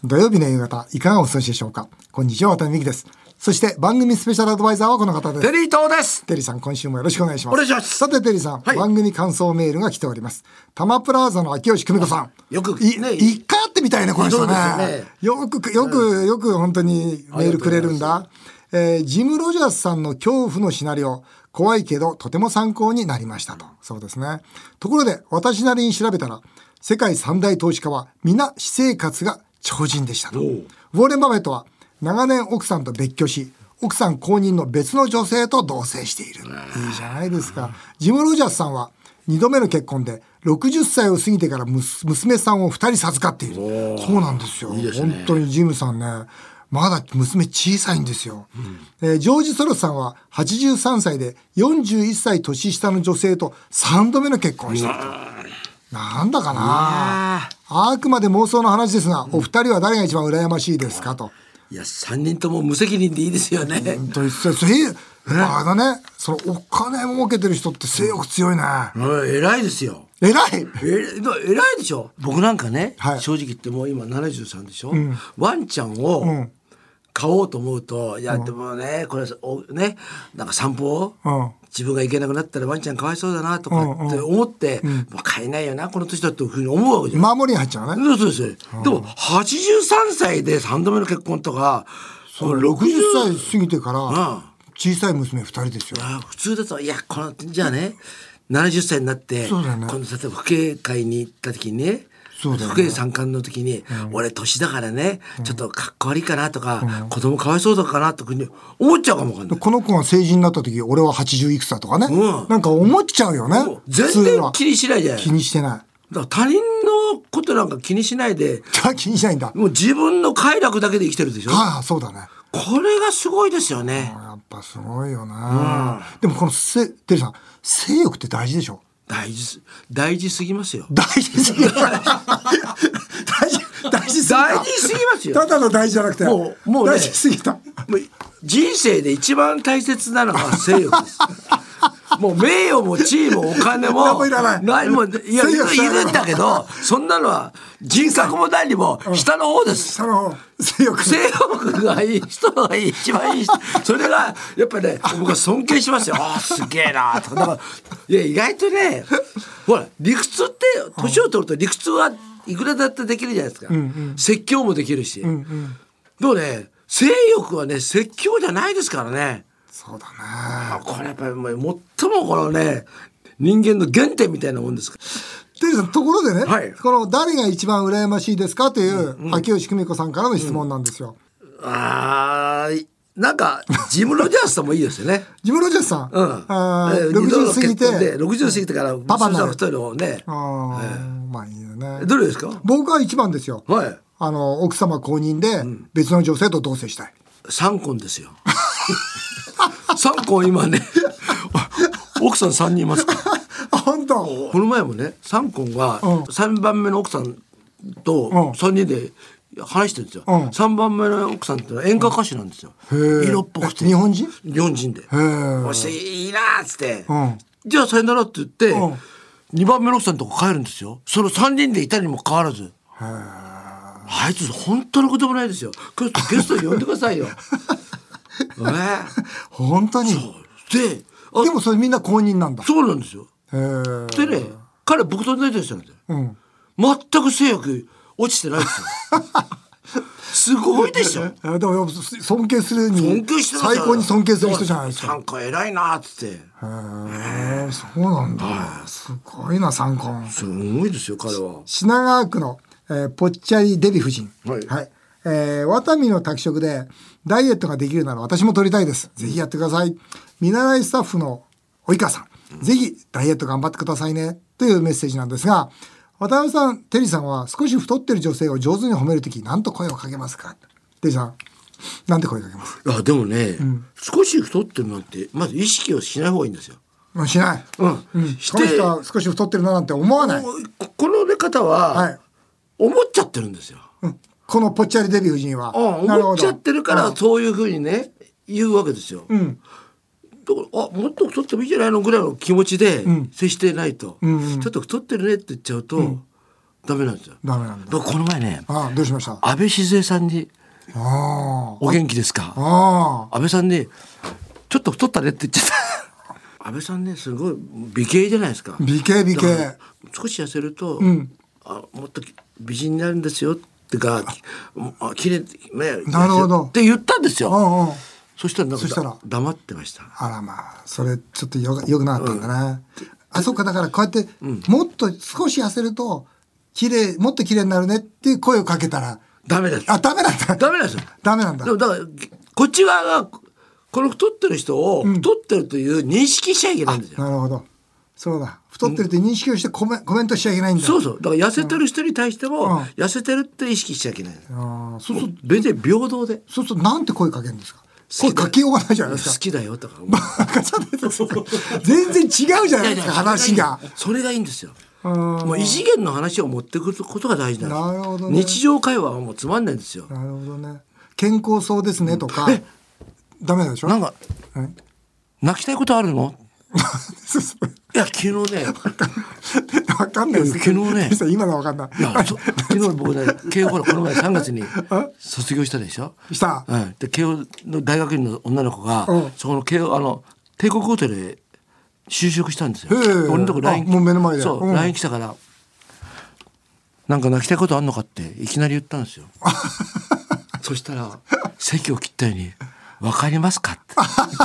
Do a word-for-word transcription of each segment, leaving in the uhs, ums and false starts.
土曜日の夕方、いかがお過ごしでしょうか。こんにちは、渡辺美希です。そして番組スペシャルアドバイザーはこの方です。 テリー東です。 テリーさん、今週もよろしくお願いします。 お願いします。 さてテリーさん、はい、番組感想メールが来ております。タマプラーザの秋吉久美子さん。 よく、 ね、一回会ってみたいね、この人ね。 ねよく、よく、よく本当にメールくれるんだ。えー、ジム・ロジャースさんの恐怖のシナリオ、怖いけどとても参考になりましたと。そうですね。ところで、私なりに調べたら、世界三大投資家は皆私生活が超人でしたと。ウォーレン・バフェットは長年奥さんと別居し、奥さん公認の別の女性と同棲している。いいじゃないですか。ジム・ロジャースさんはにどめの結婚でろくじゅっさいを過ぎてから娘さんをふたり授かっている。そうなんですよ。いいですね。本当にジムさんね、まだ娘小さいんですよ。うんえー、ジョージ・ソロスさんははちじゅうさんさいでよんじゅういっさい年下の女性とさんどめの結婚をしたと。なんだかなあくまで妄想の話ですが、うん、お二人は誰が一番羨ましいですかと。 いやさんにんとも無責任でいいですよね。 本当にそれそれあだね、そのお金儲けてる人って性欲強いね。 うん、偉いですよ。 偉いえ偉いでしょ。僕なんかね、はい、正直言ってもう今ななじゅうさんでしょ、うん、ワンちゃんを、うん買おうと思うと、いやでもね、これおね、なんか散歩、うん、自分が行けなくなったらワンちゃんかわいそうだなとかって思って、うんうん、もう飼えないよなこの年だっていうふうに思うわけじゃん。 守りに入っちゃうね。 そうです。うん、でもはちじゅうさんさいでさんどめの結婚とか、 そうろくじゅっさい過ぎてから小さい娘ふたりですよ。 普通だといやこのじゃあねななじゅっさいになって、ね、今度例えば父兄会に行った時にね。そうだよね、父兄参観の時に、うん、俺年だからね、うん、ちょっとかっこ悪いかなとか、うん、子供かわいそうだかなとか思っちゃうかもわかんない。 この子が成人になった時俺ははちじゅういくつだとかね、うん、なんか思っちゃうよね、うん、 全然気にしないじゃない。 気にしてない。 だから他人のことなんか気にしないで気にしないんだ。 もう自分の快楽だけで生きてるでしょ。 はあ、そうだね。 これがすごいですよね。 やっぱすごいよな、うん、でもこのせテリーさん性欲って大事でしょ。 大事大事すぎますよ。 大事すぎ大事大事すぎ大事すぎますよ。 ただの大事じゃなくてもうもう、ね、大事すぎた。もう人生で一番大切なのは性欲です。もう名誉も地位もお金も何もいらない。 ないもいやいるんだけど、そんなのは人格も何も下の方です。 下の方性欲性欲がいい人が一番いい人。それがやっぱね僕は尊敬しますよ。ああすげえなとか。だからいや意外とねほら理屈って年を取ると理屈はいくらだってできるじゃないですか、うんうん、説教もできるし、うんうん、でもね性欲はね説教じゃないですからね。 そうだね。 これやっぱりもう最もこのね人間の原点みたいなもんですから。 テリーさんところでね、はい、この誰が一番羨ましいですかという、うん、秋吉久美子さんからの質問なんですよ、 うん、あーなんかジム・ロジャースさんもいいですよね。 ジム・ロジャースさん、うん、あろくじゅう過ぎてろくじゅう過ぎてからパパになるふたりをね。 あ、えー、まあいいよね。 どれですか。 僕は一番ですよ、はい、あの奥様公認で別の女性と同棲したい。 さんこんですよ。さんこん今ね奥さんさんにんいますから。 本当。 この前もねさんこんがさんばんめの奥さんとさんにんで話してるんですよ、うん、さんばんめの奥さんってのは演歌歌手なんですよ、うん、色っぽくて日本人日本人でそしていいなっつって、うん、じゃあさよならって言って、うん、にばんめの奥さんのとこ帰るんですよ。そのさんにんでいたにもかかわらずあいつ本当のこともないですよ。ゲスト呼んでくださいよ。えー、 本当に。 ででもそれみんな公認なんだ。 そうなんですよ。でね彼僕と同じ人なんですよ、うん、全く性欲落ちてないですよ。すごいでしょ。 でも尊敬するに最高に尊敬する人じゃないですか。 参考偉いなっつって。へえそうなんだ、はい、すごいな参考。 すごいですよ彼は。 品川区の、えー、ぽっちゃりデヴィ夫人、はいはい、えー、ワタミの宅食でダイエットができるなら私も取りたいです。ぜひやってください。見習いスタッフの及川さん、うん、ぜひダイエット頑張ってくださいねというメッセージなんですが、渡辺さん、テリーさんは少し太ってる女性を上手に褒めるとき何と声をかけますか。テリーさんなんて声かけます。 いやでもね、うん、少し太ってるなんてまず意識をしない方がいいんですよ。 まあ、しない、うんうん、してこの人は少し太ってるななんて思わない。 この方は、はい、思っちゃってるんですよ、 うん、このぽっちゃりデヴィ夫人は、 うん、思っちゃってるからそういうふうにね言うわけですよ、うん、だからあもっと太ってもいいじゃないのぐらいの気持ちで接してないと、うんうん、ちょっと太ってるねって言っちゃうと、うん、 ダメなんですよ。 ダメなんだ。 僕この前ね、 ああ、どうしました？ 安倍静江さんにあお元気ですか？ ああ。 安倍さんにちょっと太ったねって言っちゃった安倍さんねすごい美形じゃないですか。 美形美形。 少し痩せると、 うん、 あもっと美人になるんですよってかあ綺麗ねなるほどって言ったんですよ。 うんうん、 そしたらなんかそしたら黙ってました。 あらまあそれちょっとよよくなかったんだね、うん、あそっかだからこうやって、うん、もっと少し痩せると綺麗もっと綺麗になるねっていう声をかけたらダメです。 あダメなんだ。 ダメなんですよ。 ダメなんだ。 でもだからこっち側がこの太ってる人を太ってるという認識しちゃいけないんですよ、 うん、なるほど。そうだ太ってるって認識をしてコメ、コメントしちゃいけないんだ。 そうそうだから痩せてる人に対しても、うん、痩せてるって意識しちゃいけない。あそうそう別に平等でそうそうなんて声かけるんですか。声かけようがないじゃないですか。 好きだよとか全然違うじゃないですか話が。 それがいいんですよ。もう異次元の話を持ってくることが大事なんです。 なるほどね。 日常会話はもうつまんないんですよ。 なるほどね。健康そうですねとか、うん、えダメでしょ。 なんか泣きたいことあるのいや昨日ねわかんないです。 昨日ね今のわかんない。いや昨日僕ね慶応ほらこの前さんがつに卒業したでしょ。 した、 うん、で慶応の大学院の女の子が、うん、そこの慶応あの帝国ホテルへ就職したんですよ。俺のとこ ラインもう目の前でそう、うん、ライン 来たからなんか泣きたいことあんのかっていきなり言ったんですよそしたら席を切ったように分かりますかって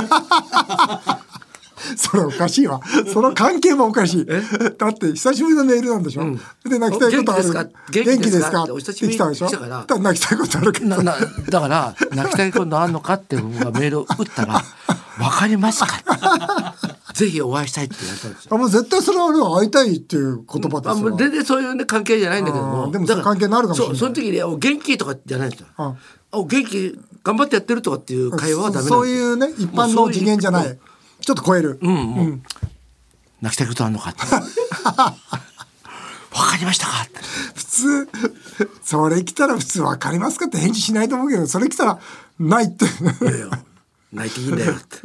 それおかしいわ。その関係もおかしい。だって久しぶりのメールなんでしょ、うん、で泣きたいことある。 元気ですかってお久しぶりに来たから。だ泣きたいことあるけどななだから泣きたいことあるのかって僕がメールを打ったら分かりますかぜひお会いしたいって言われたんですよ。 あもう絶対それは俺は会いたいっていう言葉ですよ。 あ全然そういう、ね、関係じゃないんだけどもでもその関係になるかもしれない。 そ, その時にお元気とかじゃないんですよ。あお元気頑張ってやってるとかっていう会話はダメなんですよ。 そういうね一般の次元じゃない、ちょっと超える、 うんうんうん、泣きたいことあるのかって分かりましたかって普通それ来たら普通分かりますかって返事しないと思うけどそれ来たらないっていやいや泣いていいんだよって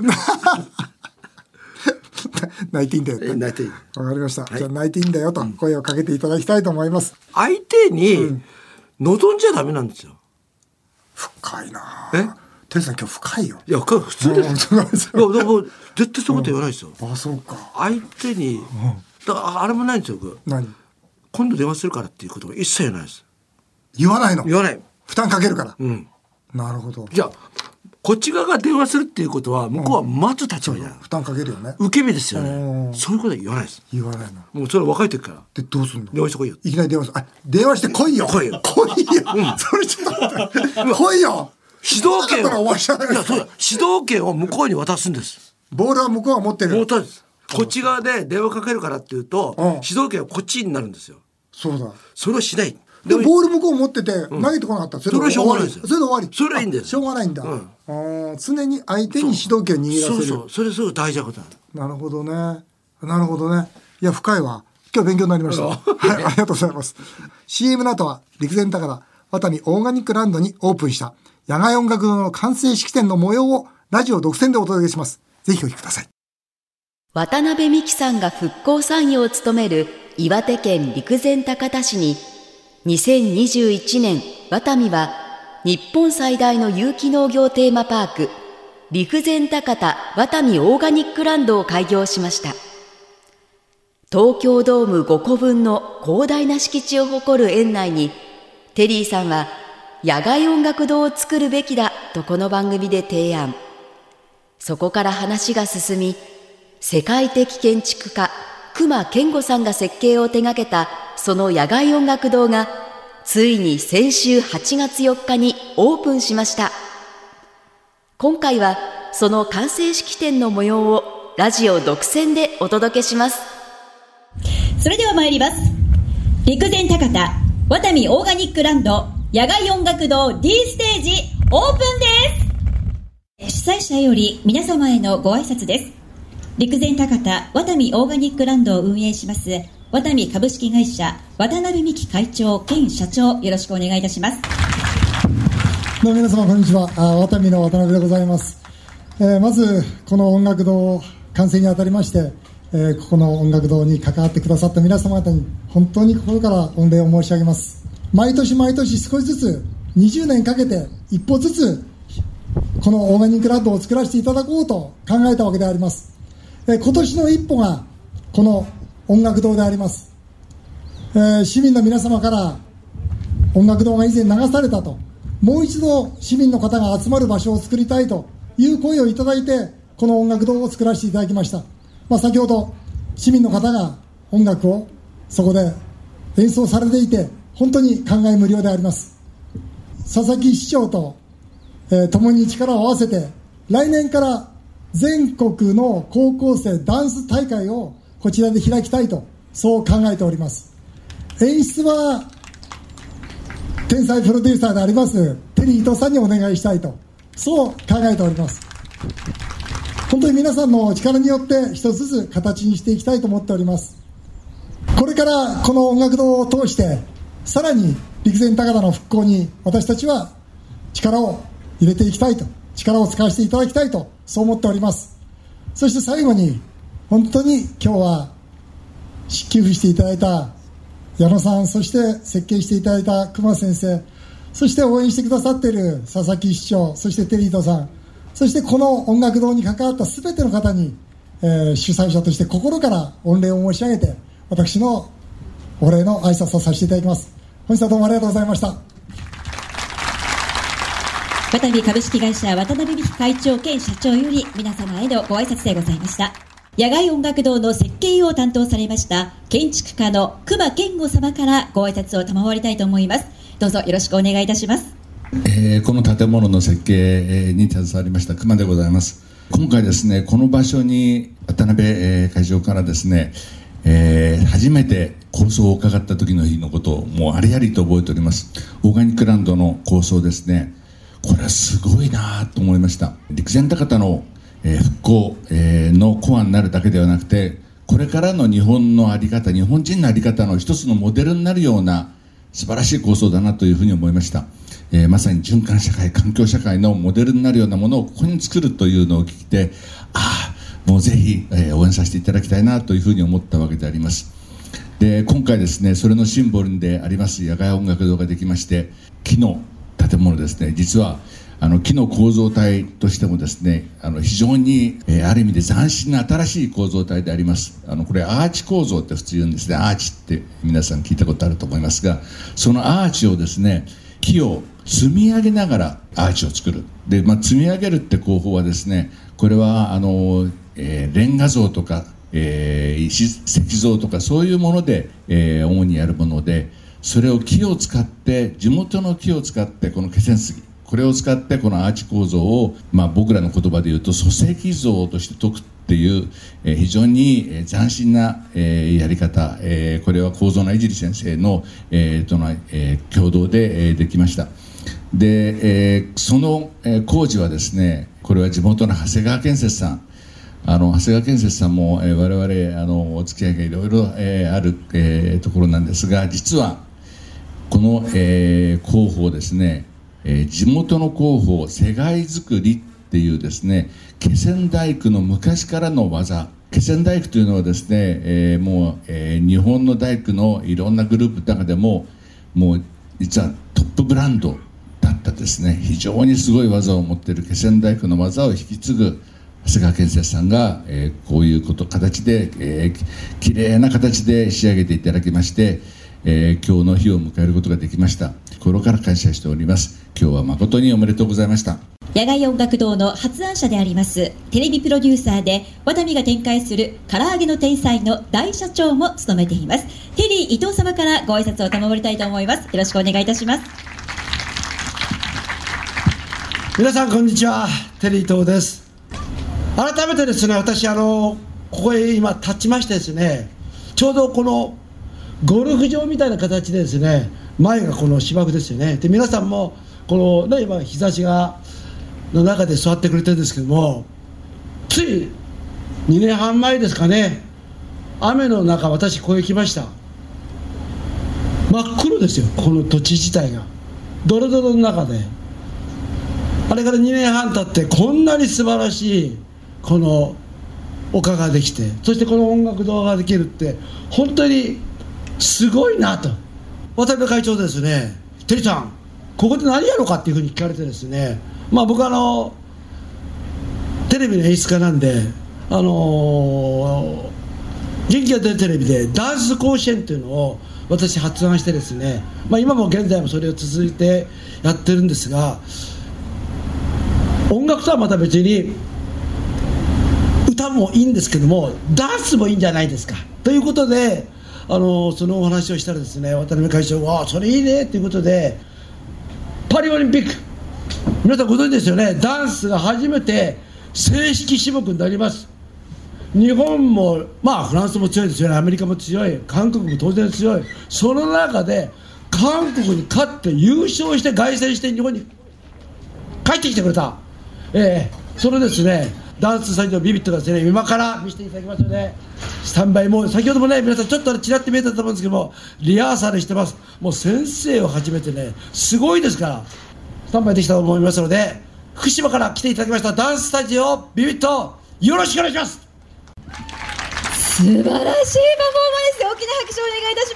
泣いていいんだよって泣いていい分かりました、はい、じゃあ泣いていいんだよと声をかけていただきたいと思います、 うん、相手に望んじゃダメなんですよ。 深いなえテリーさん今日深いよ。 いや普通ですいやでも絶対そういうこと言わないですよ、 うん、あそうか相手に、うん、だからあれもないんですよ。 何今度電話するからっていうことが一切言わないです。 言わないの。 言わない。 負担かけるから、 うん、 なるほど。 じゃあこっち側が電話するっていうことは向こうは待つ立場じゃない、うん、 負担かけるよね。 受け身ですよね。そういうことは言わないです。 言わないの。 もうそれは若い時からでどうすんの。 電話してこいよ。 いきなり電話すあ電話して来いよ来いよ来いよ、うん、それちょっと待って来いよ主導権をいやそうだ主導権を向こうに渡すんです。 ボールは向こうは持ってる。 持ったんです。こっち側で電話かけるからっていうと、うん、主導権はこっちになるんですよ。 そうだ。 それをしない。 でボール向こう持ってて投げてこなかった、うん、 それはしょうがないですよ。 それで終わり。 それはいいんです。 しょうがないんだ、うん、あ常に相手に主導権を握らせる。 そうそうそれすごい大事なことなの。なるほどねなるほどね。いや深いわ。今日勉強になりましたはいありがとうございます。 シーエム の後は陸前高田ワタミオーガニックランドにオープンした野外音楽堂の完成式典の模様をラジオ独占でお届けします。ぜひお聞きください。 渡辺美樹さんが復興参与を務める岩手県陸前高田市ににせんにじゅういちねんワタミは日本最大の有機農業テーマパーク陸前高田ワタミオーガニックランドを開業しました。東京ドームごこぶんの広大な敷地を誇る園内にテリーさんは野外音楽堂を作るべきだとこの番組で提案。そこから話が進み世界的建築家隈研吾さんが設計を手掛けたその野外音楽堂がついに先週はちがつよっかにオープンしました。今回はその完成式典の模様をラジオ独占でお届けします。 それでは参ります。陸前高田ワタミオーガニックランド野外音楽堂 D ステージオープンです。主催者より皆様へのご挨拶です。陸前高田ワタミオーガニックランドを運営しますワタミ株式会社渡辺美樹会長兼社長、よろしくお願いいたします。 どうも皆様こんにちは。ワタミの渡辺でございます。えー、まずこの音楽堂完成にあたりまして、 えー、ここの音楽堂に関わってくださった皆様方に本当に心から御礼を申し上げます。毎年毎年少しずつにじゅうねんかけて一歩ずつこのオーガニックランドを作らせていただこうと考えたわけであります。えー、今年の一歩がこの音楽堂であります。えー、市民の皆様から音楽堂が以前流されたと、もう一度市民の方が集まる場所を作りたいという声をいただいて、この音楽堂を作らせていただきました。まあ、先ほど市民の方が音楽をそこで演奏されていて本当に感慨無量であります。佐々木市長と、えー、共に力を合わせて来年から全国の高校生ダンス大会をこちらで開きたいとそう考えております。演出は天才プロデューサーでありますテリー伊藤さんにお願いしたいとそう考えております。本当に皆さんのお力によって一つずつ形にしていきたいと思っております。これからこの音楽堂を通してさらに陸前高田の復興に私たちは力を入れていきたいと、力を使わせていただきたいとそう思っております。そして最後に本当に今日は寄付していただいた矢野さん、そして設計していただいた熊先生、そして応援してくださっている佐々木市長、そしてテリートさん、そしてこの音楽堂に関わったすべての方に、えー、主催者として心から御礼を申し上げて私のお礼の挨拶をさせていただきます。本日はどうもありがとうございました。 ワタミ株式会社渡辺美樹会長兼社長より皆様へのご挨拶でございました。野外音楽堂の設計を担当されました建築家の熊健吾様からご挨拶を賜りたいと思います。どうぞよろしくお願いいたします。 えー、この建物の設計に携わりました熊でございます。今回ですね、この場所に渡辺会長からですね、えー、初めて構想を伺った時の日のことをもうありありと覚えております。オーガニックランドの構想ですね、これはすごいなと思いました。陸前高田のえー、復興、えー、のコアになるだけではなくて、これからの日本の在り方、日本人の在り方の一つのモデルになるような素晴らしい構想だなというふうに思いました。えー、まさに循環社会、環境社会のモデルになるようなものをここに作るというのを聞いて、ああもうぜひ、えー、応援させていただきたいなというふうに思ったわけであります。で、今回ですね、それのシンボルであります野外音楽堂ができまして、木の建物ですね、実はあの木の構造体としてもですね、あの非常に、えー、ある意味で斬新な新しい構造体であります。あのこれアーチ構造って普通言うんですね。アーチって皆さん聞いたことあると思いますが、そのアーチをですね、木を積み上げながらアーチを作る。で、まあ、積み上げるって工法はですね、これはあの、えー、レンガ像とか、えー、石石像とかそういうもので、えー、主にやるもので、それを木を使って地元の木を使ってこの気仙杉、これを使ってこのアーチ構造を、まあ、僕らの言葉で言うと礎石像として解くっていう、えー、非常に、えー、斬新な、えー、やり方、えー、これは構造のいじり先生の、えーとのえー、共同で、えー、できました。で、えー、その、えー、工事はですね、これは地元の長谷川建設さん、あの長谷川建設さんも、えー、我々あのお付き合いがいろいろ、えー、ある、えー、ところなんですが、実はこの、えー、工法ですね、えー、地元の工法世界づくりっていうですね、気仙大工の昔からの技、気仙大工というのはですね、えー、もう、えー、日本の大工のいろんなグループの中でももう実はトップブランドだったですね、非常にすごい技を持っている気仙大工の技を引き継ぐ長谷川建設さんが、えー、こういうこと形で、えー、きれいな形で仕上げていただきまして、えー、今日の日を迎えることができました。心から感謝しております。今日は誠におめでとうございました。 野外音楽堂の発案者でありますテレビプロデューサーでワタミが展開する唐揚げの天才の大社長も務めていますテリー伊藤様からご挨拶を賜りたいと思います。よろしくお願いいたします。 皆さんこんにちは、テリー伊藤です。改めてですね、私あのここへ今立ちましてですね、ちょうどこのゴルフ場みたいな形でですね、前がこの芝生ですよね。で皆さんもこの、ね、今日差しがの中で座ってくれてるんですけども、ついにねんはん前ですかね、雨の中私ここへ来ました。真っ黒ですよ、この土地自体がドロドロの中で。あれからにねんはん経ってこんなに素晴らしいこの丘ができて、そしてこの音楽堂ができるって本当にすごいなと。渡辺会長ですね、テリーさんここで何やろうかっていうふうに聞かれてですね、まあ僕はあのテレビの演出家なんで、あのー、元気が出るテレビでダンス甲子園っていうのを私発案してですね、まあ、今も現在もそれを続いてやってるんですが、音楽とはまた別に歌もいいんですけどもダンスもいいんじゃないですかということで、あのそのお話をしたらですね、渡辺会長がそれいいねということで、パリオリンピック皆さんご存知ですよね、ダンスが初めて正式種目になります。日本もまあフランスも強いですよね、アメリカも強い、韓国も当然強い。その中で韓国に勝って優勝して凱旋して日本に帰ってきてくれた、えー、そのですねダンススタジオビビットがですね今から見せていただきますので、スタンバイも先ほどもね皆さんちょっとちらっと見えたと思うんですけども、リハーサルしてます。もう先生をはじめてねすごいですから、スタンバイできたと思いますので、福島から来ていただきましたダンススタジオビビットよろしくお願いします。 素晴らしいパフォーマンスで大きな拍手をお願いいたします。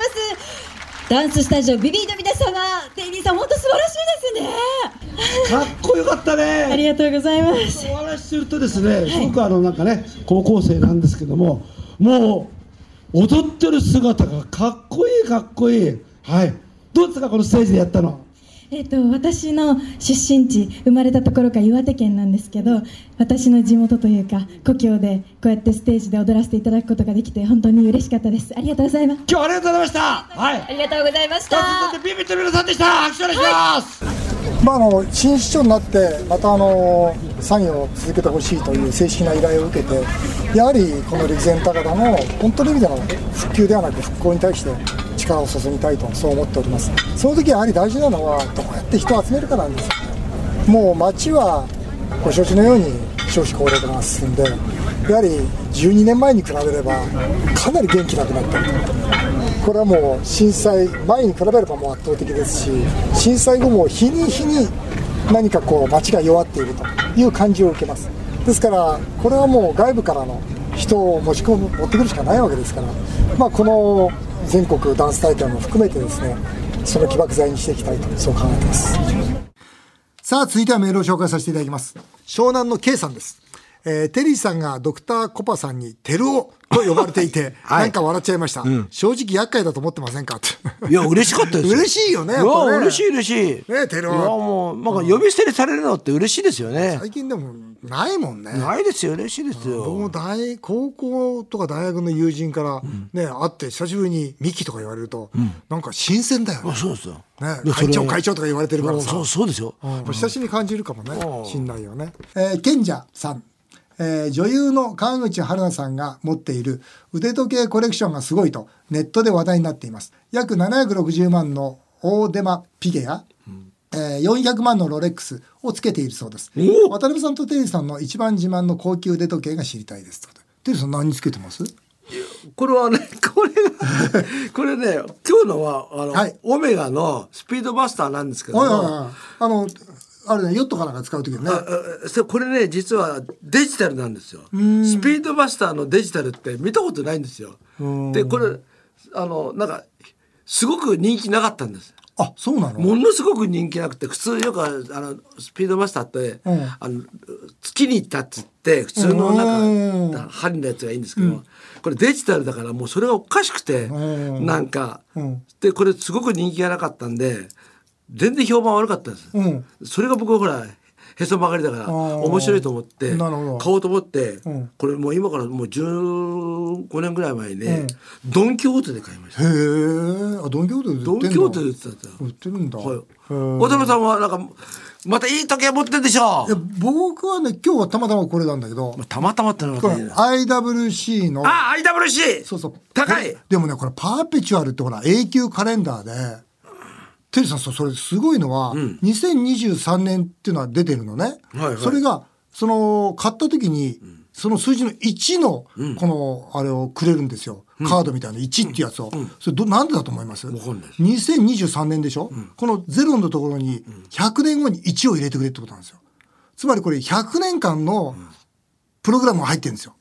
ダンススタジオビビーの皆様、テイリーさん本当素晴らしいですね。 かっこよかったね。 ありがとうございます。 お話しするとですね、すごくあのなんかね高校生なんですけども、もう踊ってる姿がかっこいいかっこいい。はい。どうですかこのステージでやったの。 えー、と私の出身地、生まれたところが岩手県なんですけど、私の地元というか故郷でこうやってステージで踊らせていただくことができて本当に嬉しかったです。ありがとうございます。 今日はありがとうございました。はい、 ありがとうございました。 ビビットの皆さんでした。拍手お願いします。 まあ、あの新市長になってまたあの参与を続けてほしいという正式な依頼を受けて、やはりこの陸前高田の本当の意味での復旧ではなく復興に対して力を注ぎたいとそう思っております。その時やはり大事なのはどうやって人を集めるかなんです。もう町はご承知のように少子高齢化が進んで、やはりじゅうにねんまえに比べればかなり元気なくなっていると。これはもう震災前に比べればもう圧倒的ですし、震災後も日に日に何かこう町が弱っているという感じを受けます。ですからこれはもう外部からの人を持ち込む持ってくるしかないわけですから、まあ、この全国ダンス大会も含めてですね、その起爆剤にしていきたいとそう考えています。さあ続いてはメールを紹介させていただきます。湘南の K さんです。えー、テリーさんがドクターコパさんにテルオと呼ばれていて、はい、なんか笑っちゃいました、うん、正直厄介だと思ってませんかって。 いや嬉しかったですよ。 嬉しいよね、やっぱね。 嬉しい嬉しいね、テルオ。 いやもうなんか呼び捨てにされるのって嬉しいですよね。 最近でもないもんね。 ないですよ、嬉しいですよ。 僕も大高校とか大学の友人からね、うん、会って久しぶりにミキとか言われると、うん、なんか新鮮だよね。 あ、そうですよ、 ね、会長会長とか言われてるからさ、 そうそうですよ、 うん、親しみ感じるかもね、しんないよね。えー、賢者さん、えー、女優の川口春奈さんが持っている腕時計コレクションがすごいとネットで話題になっています。約ななひゃくろくじゅうまんのオーデマピゲや、うんえー、よんひゃくまんのロレックスをつけているそうです。渡辺さんとテリーさんの一番自慢の高級腕時計が知りたいですと。テリーさん何つけてます？ これはね、これがこれね、今日のはあの、はい、オメガのスピードバスターなんですけども、はいはいはい、あのあれね、ヨットかなんか使うときね。 これね、実はデジタルなんですよ。スピードバスターのデジタルって見たことないんですよ。で、これあのなんかすごく人気なかったんです。 あ、そうなの？ ものすごく人気なくて、普通よくあのスピードバスターって、うん、あの月に行ったっつって普通のなんか針のやつがいいんですけど、うん、これデジタルだからもうそれがおかしくて、なんか、うん、でこれすごく人気がなかったんで。全然評判悪かったんです、うん、それが僕はほらへそ曲がりだから面白いと思って買おうと思って、うん、これもう今からもうじゅうごねんぐらい前にね、うん、ドン・キホーテで買いました。 へー、あ、ドン・キホーテで売ってんだ。 ドン・キホーテで売ってたんだ。 売ってるんだ、はい、 渡辺さんはなんかまたいい時計持ってるでしょ。 いや僕はね今日はたまたまこれなんだけど、 まあ、たまたまってのはアイダブリューシー のあ アイダブリューシーそうそう高い。 でもねこれパーペチュアルってほら永久カレンダーでテリーさんそれすごいのは、うん、にせんにじゅうさんねんっていうのは出てるのね、はいはい、それがその買った時に、うん、その数字のいちのこのあれをくれるんですよ、うん、カードみたいな いち ってやつを、うん、それどなんでだと思います？にせんにじゅうさんねんでしょ、うん、このゼロのところにひゃくねんごにいちを入れてくれってことなんですよ。つまりこれひゃくねんかんのプログラムが入ってるんですよ。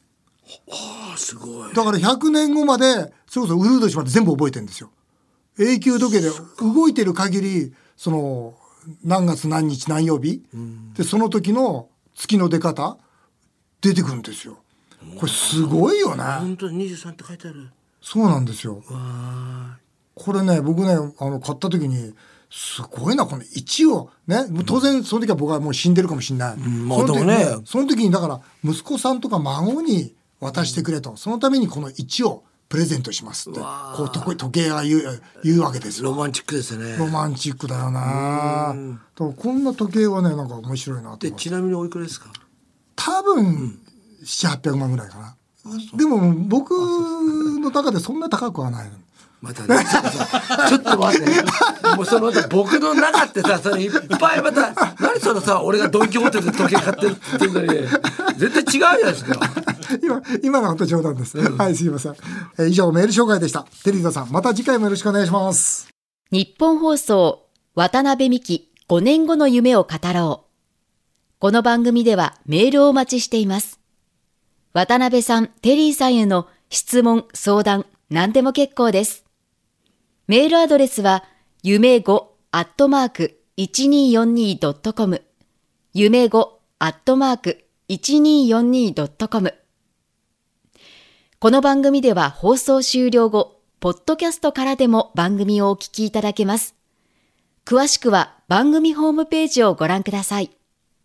ああすごい。 だからひゃくねんごまでそれこそウルー年まで全部覚えてるんですよ。永久時計で動いてる限りその何月何日何曜日、うん、でその時の月の出方出てくるんですよ。これすごいよね。 本当ににじゅうさんって書いてある。 そうなんですよ。 わこれね僕ねあの買った時にすごいなこのいちをね当然その時は僕はもう死んでるかもしれない、うんまあ、その時ね、その時にだから息子さんとか孫に渡してくれと、うん、そのためにこのいちをプレゼントしますってこう時計が言う、言うわけですよ。 ロマンチックですね。 ロマンチックだよな。うんこんな時計はねなんか面白いなと思って。 でちなみにおいくらですか？ 多分、うん、ななひゃくはっぴゃくまんぐらいかな。でも僕の中でそんな高くはないの。 またね、ちょっと待ってもうその僕の中ってさそれいっぱいまた何そのさ俺がドンキホーテで時計買ってるって言ってるのに絶対違うじゃないですか。 今今の本当冗談です、うん、はいすいません、えー、以上メール紹介でした。テリーザさんまた次回もよろしくお願いします。 日本放送渡辺美希ごねんごの夢を語ろう。この番組ではメールをお待ちしています。渡辺さん、テリーさんへの質問、相談何でも結構です。メールアドレスは夢ごアットマーク いちにーよんにードットコム 夢ごアットマーク いちにーよんにードットコム。 この番組では放送終了後ポッドキャストからでも番組をお聞きいただけます。詳しくは番組ホームページをご覧ください。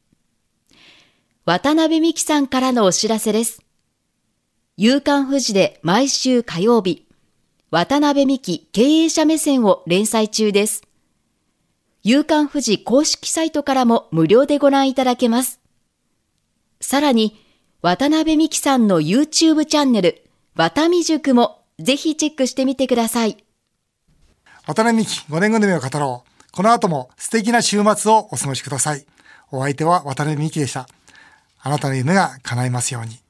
渡辺美希さんからのお知らせです。夕刊フジで毎週火曜日渡辺美希経営者目線を連載中です。夕刊フジ公式サイトからも無料でご覧いただけます。さらに、渡辺美希さんの YouTube チャンネル、渡美塾もぜひチェックしてみてください。 渡辺美希ごねんごの夢を語ろう。この後も素敵な週末をお過ごしください。お相手は渡辺美希でした。あなたの夢が叶いますように。